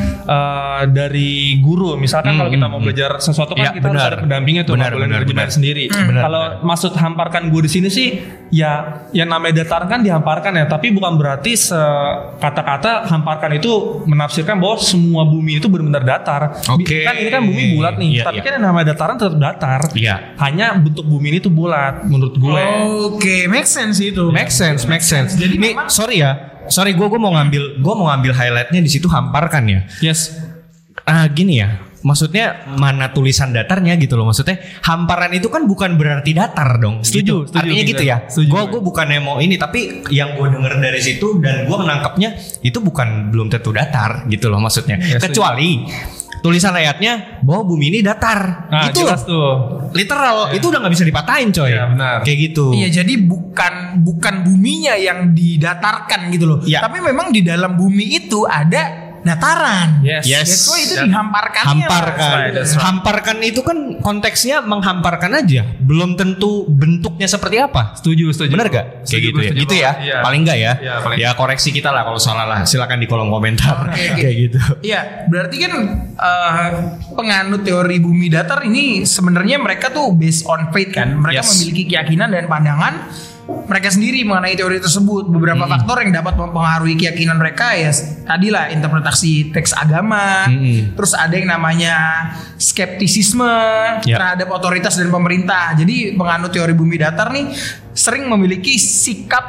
dari guru. Misalkan kalau kita mau belajar sesuatu kan kita harus ada pendampingnya tuh, nggak boleh nerjemahin sendiri. Kalau maksud hamparkan gue di sini sih ya yang namanya datar kan dihamparkan ya, tapi bukan berarti kata-kata hamparkan itu menafsirkan bahwa semua bumi itu benar-benar datar. Kan ini kan bumi bulat nih, tapi kan yang namanya dataran tetap datar. Hanya bentuk bumi ini tuh bulat menurut gue. Oke, make sense itu. Make sense. Jadi nih, sorry gue mau ngambil highlightnya di situ, hamparkan ya. Yes. Gini ya, maksudnya mana tulisan datarnya gitu loh. Maksudnya hamparan itu kan bukan berarti datar dong. Setuju. Artinya gitu ya. Gue bukannya mau ini, tapi yang gue denger dari situ dan gue menangkapnya itu belum tentu datar gitu loh maksudnya. Kecuali tulisan ayatnya bahwa bumi ini datar. Itu jelas tuh. Literal, itu udah nggak bisa dipatahin coy. Iya benar. Kayak gitu. Iya, jadi bukan buminya yang didatarkan gitu loh. Tapi memang di dalam bumi itu ada dataran. Yes. That's why itu dihamparkannya. Hamparkan itu kan konteksnya menghamparkan aja, belum tentu bentuknya seperti apa. Setuju. Benar gak? Kayak gitu ya. Gitu ya. Iya. Paling enggak ya. Ya Koreksi kita lah kalau salah lah. Silakan di kolom komentar. Kayak gitu. Iya, berarti kan penganut teori bumi datar ini sebenarnya mereka tuh based on faith kan. Mereka memiliki keyakinan dan pandangan mereka sendiri mengenai teori tersebut. Beberapa faktor yang dapat mempengaruhi keyakinan mereka ya tadilah interpretasi teks agama, terus ada yang namanya skeptisisme terhadap otoritas dan pemerintah. Jadi penganut teori bumi datar nih sering memiliki sikap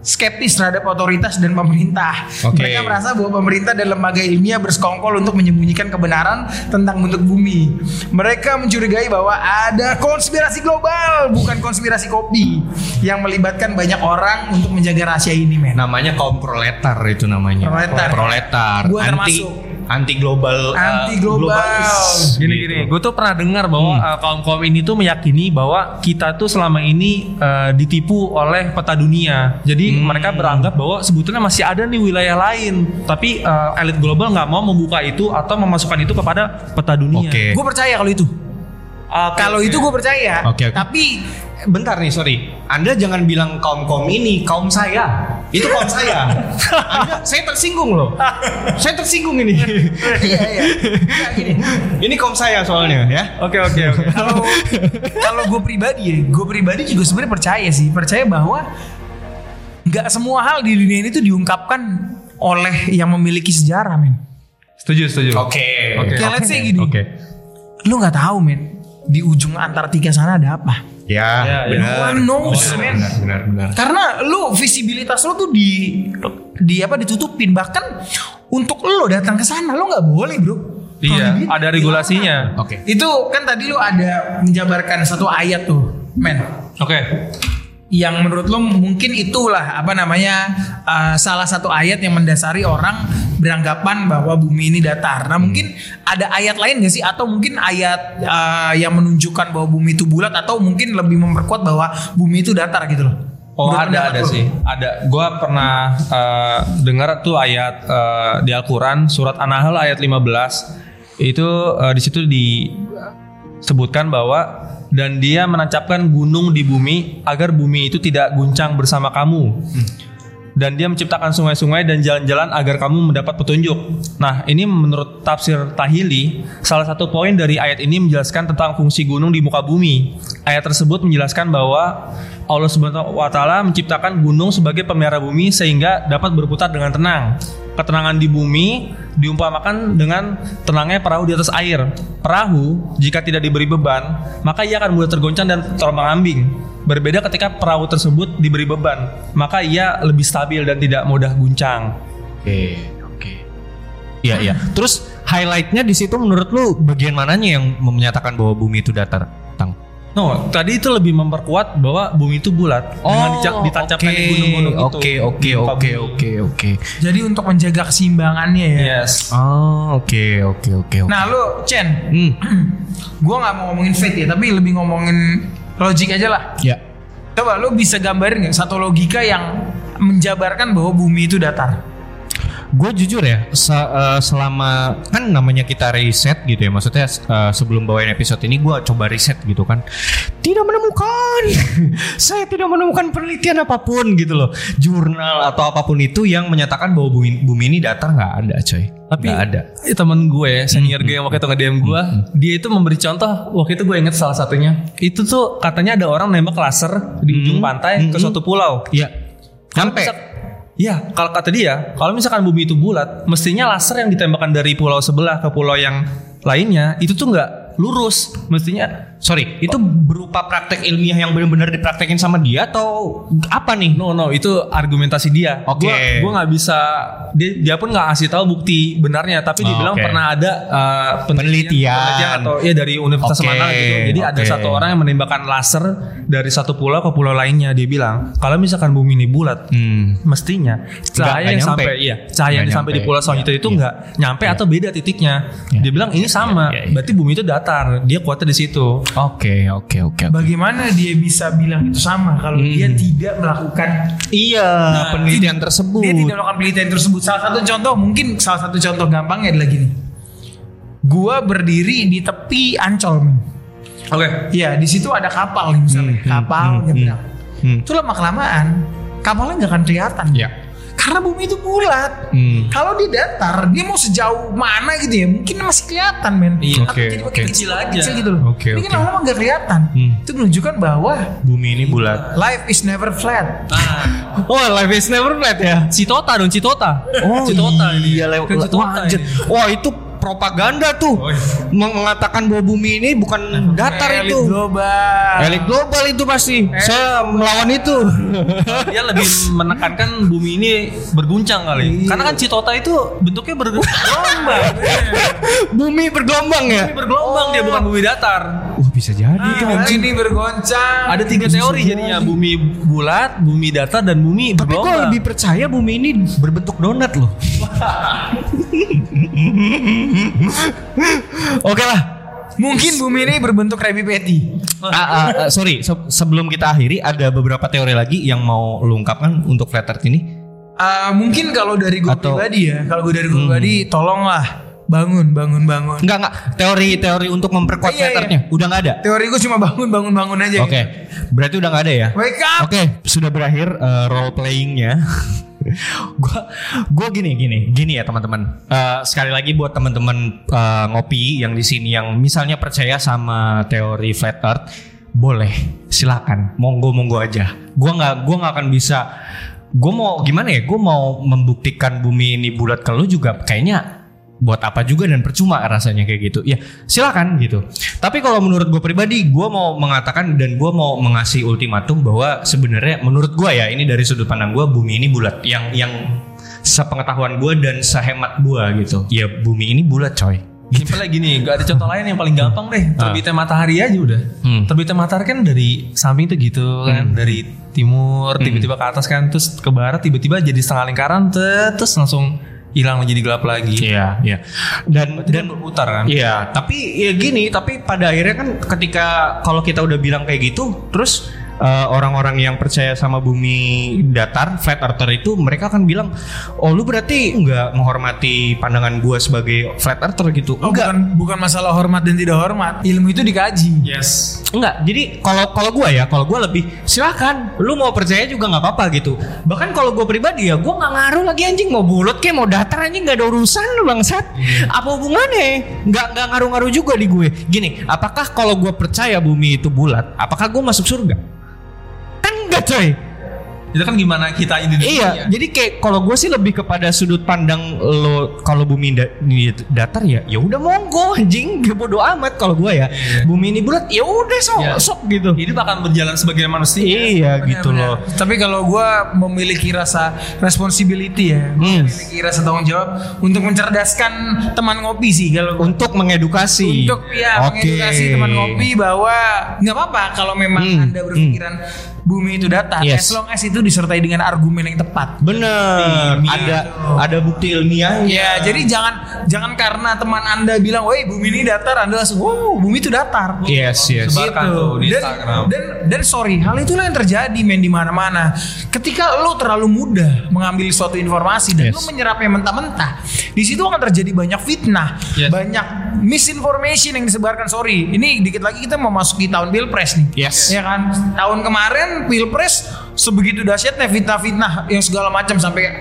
skeptis terhadap otoritas dan pemerintah. Mereka merasa bahwa pemerintah dan lembaga ilmiah bersekongkol untuk menyembunyikan kebenaran tentang bentuk bumi. Mereka mencurigai bahwa ada konspirasi global, bukan konspirasi kopi, yang melibatkan banyak orang untuk menjaga rahasia ini, men. Namanya kaum proletar itu namanya. Proletar. Gua termasuk. Anti global. Gini, gue tuh pernah dengar bahwa kaum ini tuh meyakini bahwa kita tuh selama ini ditipu oleh peta dunia. Jadi mereka beranggap bahwa sebetulnya masih ada nih wilayah lain, tapi elit global nggak mau membuka itu atau memasukkan itu kepada peta dunia. Gue percaya kalau itu. Kalau itu gue percaya. Tapi bentar nih, sorry. Anda jangan bilang kaum ini, kaum saya. Itu kaum saya. Saya tersinggung loh. Saya tersinggung ini. Iya. Gini. Ini kaum saya soalnya ya. Oke. Kalau gue pribadi juga sebenarnya percaya bahwa nggak semua hal di dunia ini tuh diungkapkan oleh yang memiliki sejarah, men. Setuju. Oke. Let's say gini. Lu nggak tahu, men. Di ujung Antartika sana ada apa? Ya. No one knows, men. Benar. Karena lu visibilitas lu tuh ditutupin. Bahkan untuk lu datang ke sana lu nggak boleh, bro. Iya, ada regulasinya. Itu kan tadi lu ada menjabarkan satu ayat tuh, men. Yang menurut lo mungkin itulah salah satu ayat yang mendasari orang beranggapan bahwa bumi ini datar. Nah mungkin ada ayat lain gak sih, atau mungkin ayat yang menunjukkan bahwa bumi itu bulat, atau mungkin lebih memperkuat bahwa bumi itu datar gitu loh. Ada sih. Ada. Gua pernah dengar tuh ayat di Al-Qur'an surat An-Nahl ayat 15. Itu di situ disebutkan bahwa dan dia menancapkan gunung di bumi agar bumi itu tidak guncang bersama kamu. Dan dia menciptakan sungai-sungai dan jalan-jalan agar kamu mendapat petunjuk. Nah, ini menurut tafsir Tahili, salah satu poin dari ayat ini menjelaskan tentang fungsi gunung di muka bumi. Ayat tersebut menjelaskan bahwa Allah Subhanahu wa taala menciptakan gunung sebagai pemelihara bumi sehingga dapat berputar dengan tenang. Ketenangan di bumi diumpamakan dengan tenangnya perahu di atas air. Perahu jika tidak diberi beban, maka ia akan mudah tergoncang dan terombang-ambing. Berbeda ketika perahu tersebut diberi beban, maka ia lebih stabil dan tidak mudah guncang. Oke. Iya. Terus highlightnya di situ menurut lu bagian mananya yang menyatakan bahwa bumi itu datar, Tang? No, tadi itu lebih memperkuat bahwa bumi itu bulat dengan ditancapkan gunung-gunung itu. Oke. Jadi untuk menjaga keseimbangannya ya. Yes. Oke. Nah, lu Chen, gua nggak mau ngomongin fate ya, tapi lebih ngomongin logik aja lah. Ya. Coba lu bisa gambarin nggak satu logika yang menjabarkan bahwa bumi itu datar? Gue jujur ya, selama kan namanya kita riset gitu ya, maksudnya sebelum bawain episode ini gue coba riset gitu kan, saya tidak menemukan penelitian apapun gitu loh, jurnal atau apapun itu yang menyatakan bahwa bumi ini datar, nggak ada coy. Tapi nggak ada. Temen gue, senior gue yang waktu itu nge-DM gue, dia itu memberi contoh. Waktu itu gue inget salah satunya, itu tuh katanya ada orang nembak laser di ujung pantai ke suatu pulau. Iya. Sampai. Ya, kalau kata dia, kalau misalkan bumi itu bulat, mestinya laser yang ditembakkan dari pulau sebelah ke pulau yang lainnya itu tuh nggak lurus, mestinya. Sorry, itu berupa praktek ilmiah yang benar-benar dipraktekin sama dia atau apa nih? No, itu argumentasi dia. Oke. Gua nggak bisa. Dia pun nggak kasih tahu bukti benarnya, tapi dia bilang pernah ada penelitian atau ya dari universitas mana gitu. Jadi ada satu orang yang menembakkan laser dari satu pulau ke pulau lainnya. Dia bilang kalau misalkan bumi ini bulat, mestinya cahaya yang sampai di pulau selanjutnya itu nggak nyampe atau beda titiknya. Dia bilang ini sama, berarti bumi itu datar. Dia kuatnya di situ. Oke. Bagaimana dia bisa bilang itu sama kalau dia tidak melakukan penelitian tersebut? Dia tidak melakukan penelitian tersebut. Salah satu contoh gampangnya adalah gini. Gua berdiri di tepi Ancol, men. Oke. Iya, di situ ada kapal misalnya. Kapal nyebrang. Itu lama kelamaan kapalnya nggak akan kelihatan. Iya. Karena bumi itu bulat. Kalau di datar, dia mau sejauh mana gitu ya, mungkin masih kelihatan, men. Atau jadi makin kecil aja. Kecil gitu loh. Ini kan lama-lama nggak kelihatan. Itu menunjukkan bahwa bumi ini bulat. Life is never flat. Life is never flat ya. Citota. Citota ini. Iya, Wah, itu propaganda tuh. Mengatakan bahwa bumi ini bukan datar itu. Elit global itu pasti. Saya melawan itu. Dia lebih menekankan bumi ini berguncang kali. Karena kan Citota itu bentuknya bergelombang. Bumi bergelombang ya? Bumi bergelombang dia bukan bumi datar. Bisa jadi itu ini bergoncang. Ada 3 teori jadinya, bumi bulat, bumi datar dan bumi tapi bergelombang. gue lebih percaya bumi ini berbentuk donat loh. Oke lah. Mungkin bumi ini berbentuk Krabby Patty. Sorry, sebelum kita akhiri ada beberapa teori lagi yang mau lu ungkapkan untuk flat earth ini. Mungkin kalau dari gue pribadi ya, kalau gue dari gue pribadi, tolonglah bangun. Enggak. Teori untuk memperkuat flat earth-nya udah nggak ada. Teori gue cuma bangun aja. Oke. Berarti udah nggak ada ya. Wake up. Oke, sudah berakhir role playing-nya. Gue gini ya teman-teman. Sekali lagi buat teman-teman ngopi yang di sini yang misalnya percaya sama teori flat earth, boleh, silakan, monggo aja. Gue nggak akan bisa. Gue mau gimana ya? Gue mau membuktikan bumi ini bulat ke lu juga kayaknya buat apa juga dan percuma rasanya kayak gitu. Ya silakan gitu. Tapi kalau menurut gue pribadi, gue mau mengatakan dan gue mau mengasih ultimatum bahwa sebenarnya menurut gue ya, ini dari sudut pandang gue, bumi ini bulat. Yang sepengetahuan gue dan sehemat gue gitu. Ya bumi ini bulat coy. Simpelnya gini, gak ada contoh lain yang paling gampang deh. Terbitnya matahari aja udah. Terbitnya matahari kan dari samping tuh gitu kan, dari timur tiba-tiba ke atas kan, terus ke barat tiba-tiba jadi setengah lingkaran, terus langsung hilang menjadi gelap lagi. Iya. Dan berputar kan. Iya, tapi ya gini, tapi pada akhirnya kan ketika kalau kita udah bilang kayak gitu, terus orang-orang yang percaya sama bumi datar, flat earther itu mereka akan bilang, "Oh, lu berarti enggak menghormati pandangan gua sebagai flat earther gitu." Enggak. Bukan masalah hormat dan tidak hormat. Ilmu itu dikaji. Yes. Enggak. Jadi kalau gua lebih silakan. Lu mau percaya juga enggak apa-apa gitu. Bahkan kalau gua pribadi ya, gua enggak ngaruh lagi anjing, mau bulat kayak mau datar anjing, enggak ada urusan lu bangsat. Apa hubungannya? Enggak ngaruh-ngaruh juga di gue. Gini, apakah kalau gua percaya bumi itu bulat, apakah gua masuk surga? Enggak coy. Itu kan gimana kita Indonesia. Iya, jadi kayak kalau gue sih lebih kepada sudut pandang lo, kalau bumi datar ya udah monggo anjing, gak bodo amat kalau gue ya. Bumi ini bulat ya udah sok gitu. Hidup akan berjalan sebagai manusia. Iya gitu loh. Tapi kalau gue memiliki rasa responsibility ya, memiliki rasa tanggung jawab untuk mencerdaskan teman ngopi sih, kalau untuk mengedukasi. Mengedukasi teman ngopi bahwa nggak apa-apa kalau memang Anda berpikiran bumi itu datar, as long as itu disertai dengan argumen yang tepat. Bener. Ada bukti ilmiahnya. Ya, jadi jangan karena teman Anda bilang, "Woi, bumi ini datar," Anda langsung, "Wow, bumi itu datar." Yes. Sebarkan tuh di Instagram. Dan sorry, hal itulah yang terjadi di mana-mana. Ketika lo terlalu mudah mengambil suatu informasi dan lo menyerapnya mentah-mentah, di situ akan terjadi banyak fitnah, banyak misinformation yang disebarkan. Sorry, ini dikit lagi kita memasuki tahun Pilpres nih. Yes. Ya kan? Tahun kemarin Pilpres sebegitu dahsyatnya fitnah-fitnah yang segala macam, sampai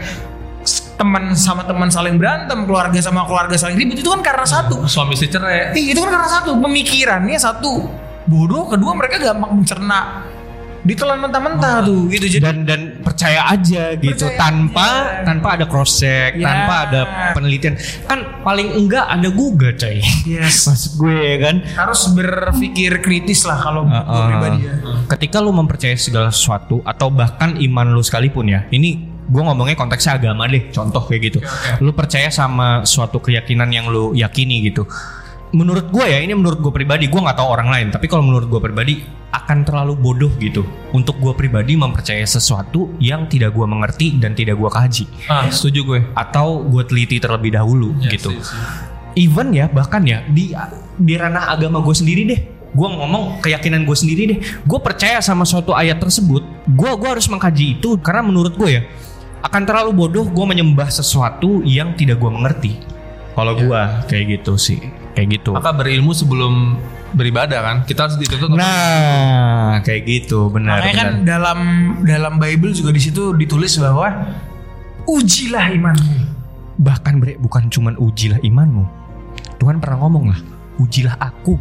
teman sama teman saling berantem, keluarga sama keluarga saling ribut. Itu kan karena satu, suami istri cerai. Itu kan karena satu, pemikirannya satu bodoh, kedua mereka gampang mencerna, ditelan mentah-mentah tuh gitu. Jadi dan percaya aja gitu, tanpa ada cross check, tanpa ada penelitian. Kan paling enggak ada Google coy. Yes. Maksud gue kan harus berpikir kritis lah kalau gue pribadi ya. Ketika lu mempercayai segala sesuatu atau bahkan iman lu sekalipun ya. Ini gue ngomongnya konteksnya agama deh, contoh kayak gitu. Lu percaya sama suatu keyakinan yang lu yakini gitu. Menurut gue ya, ini menurut gue pribadi, gue nggak tahu orang lain, tapi kalau menurut gue pribadi akan terlalu bodoh gitu untuk gue pribadi mempercayai sesuatu yang tidak gue mengerti dan tidak gue kaji. Setuju gue. Atau gue teliti terlebih dahulu gitu. Even ya, bahkan ya di ranah agama gue sendiri deh, gue ngomong keyakinan gue sendiri deh, gue percaya sama suatu ayat tersebut, gue harus mengkaji itu karena menurut gue ya akan terlalu bodoh gue menyembah sesuatu yang tidak gue mengerti. Kalau gue kayak gitu sih. Kayak gitu. Maka berilmu sebelum beribadah kan. Kita harus dituntut. Nah, kayak gitu, benar. Makanya kan dalam Bible juga di situ ditulis bahwa ujilah imanmu. Bahkan bukan cuman ujilah imanmu. Tuhan pernah ngomong lah, ujilah aku.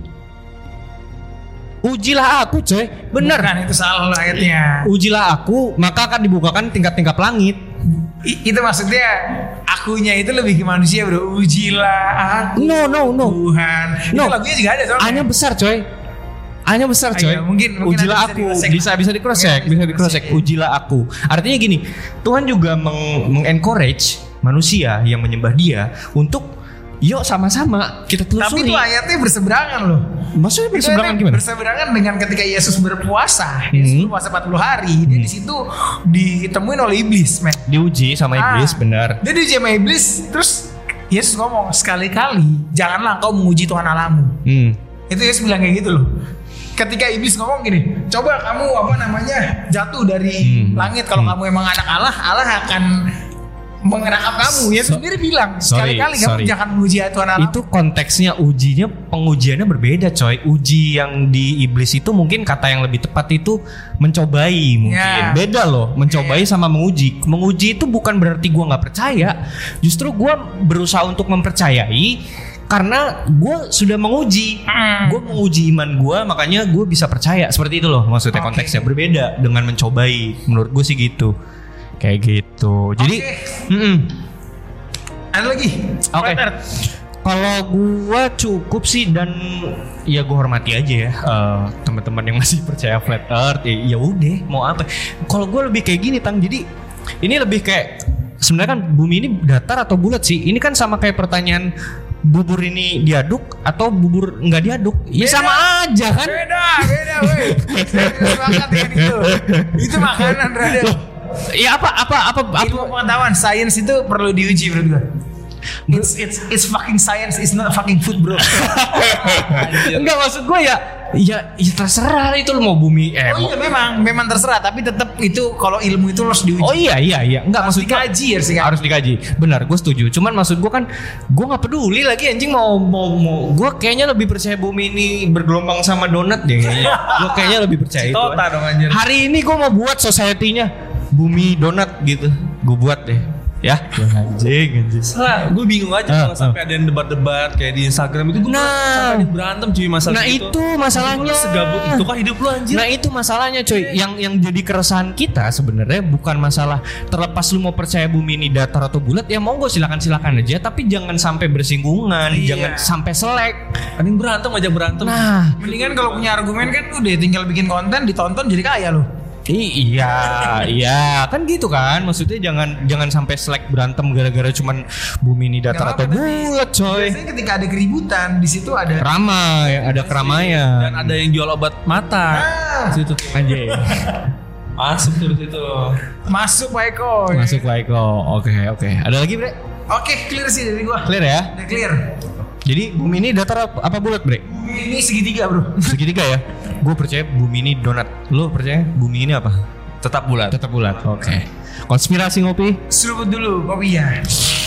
Ujilah aku, coy. Bener. Bukan, itu salah ayatnya. Ujilah aku, maka akan dibukakan tingkat-tingkat langit. Itu maksudnya akunya itu lebih ke manusia bro. Ujilah aku No. Tuhan. Itu lagunya juga ada soalnya. A-nya besar coy. A-nya besar coy. Iya, mungkin Ujilah aku. Bisa di cross check. Bisa di cross check. Ujilah aku. Artinya gini, Tuhan juga mengencourage manusia yang menyembah Dia untuk yuk sama-sama kita telusuri. Tapi itu ayatnya berseberangan loh. Maksudnya berseberangan gimana? Berseberangan dengan ketika Yesus berpuasa. Yesus berpuasa 40 hari. Dia di situ ditemuin oleh iblis, men. Diuji sama iblis, benar. Dia diuji sama iblis, terus Yesus ngomong, sekali-kali janganlah engkau menguji Tuhan Allahmu. Itu Yesus bilang kayak gitu loh. Ketika iblis ngomong gini, coba kamu jatuh dari langit. Kalau kamu emang anak Allah, Allah akan mengerahkan kamu. Yesus sendiri bilang sekali-kali kamu jangan menguji Tuhan Allah. Itu konteksnya pengujiannya berbeda coy. Uji yang di iblis itu mungkin kata yang lebih tepat itu mencobai mungkin. Beda loh mencobai sama menguji. Menguji itu bukan berarti gue gak percaya. Justru gue berusaha untuk mempercayai karena gue sudah menguji. Gue menguji iman gue, makanya gue bisa percaya. Seperti itu loh maksudnya konteksnya. Berbeda dengan mencobai. Menurut gue sih gitu. Kayak gitu. Jadi ada lagi. Oke. Kalau gua cukup sih dan ya gua hormati aja ya teman-teman yang masih percaya flat earth. Ya udah mau apa. Kalau gua lebih kayak gini Tang. Jadi ini lebih kayak sebenarnya kan bumi ini datar atau bulat sih? Ini kan sama kayak pertanyaan bubur ini diaduk atau bubur nggak diaduk? Ya sama aja kan? Beda weh. Sepakat dengan itu. Itu makanan brother. Ya apa ilmu pengetahuan sains itu perlu diuji menurut gue. It's fucking science, it's not fucking food bro. Enggak maksud gue ya terserah itu lo mau bumi iya memang terserah, tapi tetap itu kalau ilmu itu harus diuji. Oh iya enggak maksud dikaji harus dikaji. Benar, gue setuju. Cuman maksud gue kan gue nggak peduli lagi anjing mau gue kayaknya lebih percaya bumi ini bergelombang sama donat deh kayaknya. Gue kayaknya lebih percaya itu. Dong, anjir. Hari ini gue mau buat society-nya bumi donat gitu. Gue buat deh. Ya, anjing. Salah, gue bingung aja kalau sampai ada yang debat-debat kayak di Instagram itu gue sampai berantem cuy masalah itu. Nah itu masalahnya. Segabut itu kan hidup lu anjir. Nah itu masalahnya cuy. Yang jadi keresahan kita sebenarnya bukan masalah terlepas lu mau percaya bumi ini datar atau bulat ya monggo silakan aja. Tapi jangan sampai bersinggungan, jangan sampai selek. Ada yang ngajak berantem. Nah, mendingan kalau punya argumen kan udah tinggal bikin konten ditonton jadi kaya loh. Iya kan gitu kan, maksudnya jangan sampai selek berantem gara-gara cuman bumi ini datar atau bulat coy. Biasanya ketika ada keributan di situ ada keramaian dan ada yang jual obat mata. Situ anjay. Masuk tuh situ. Masuk Pak Eko. Oke. Ada lagi, Bre? Oke, clear sih dari gua. Clear ya? Udah clear. Jadi bumi ini datar apa bulat, Bre? Bumi ini segitiga, bro. Segitiga ya? Gue percaya bumi ini donat. Lo percaya bumi ini apa? Tetap bulat. Oke. Konspirasi ngopi? Seruput dulu kopinya.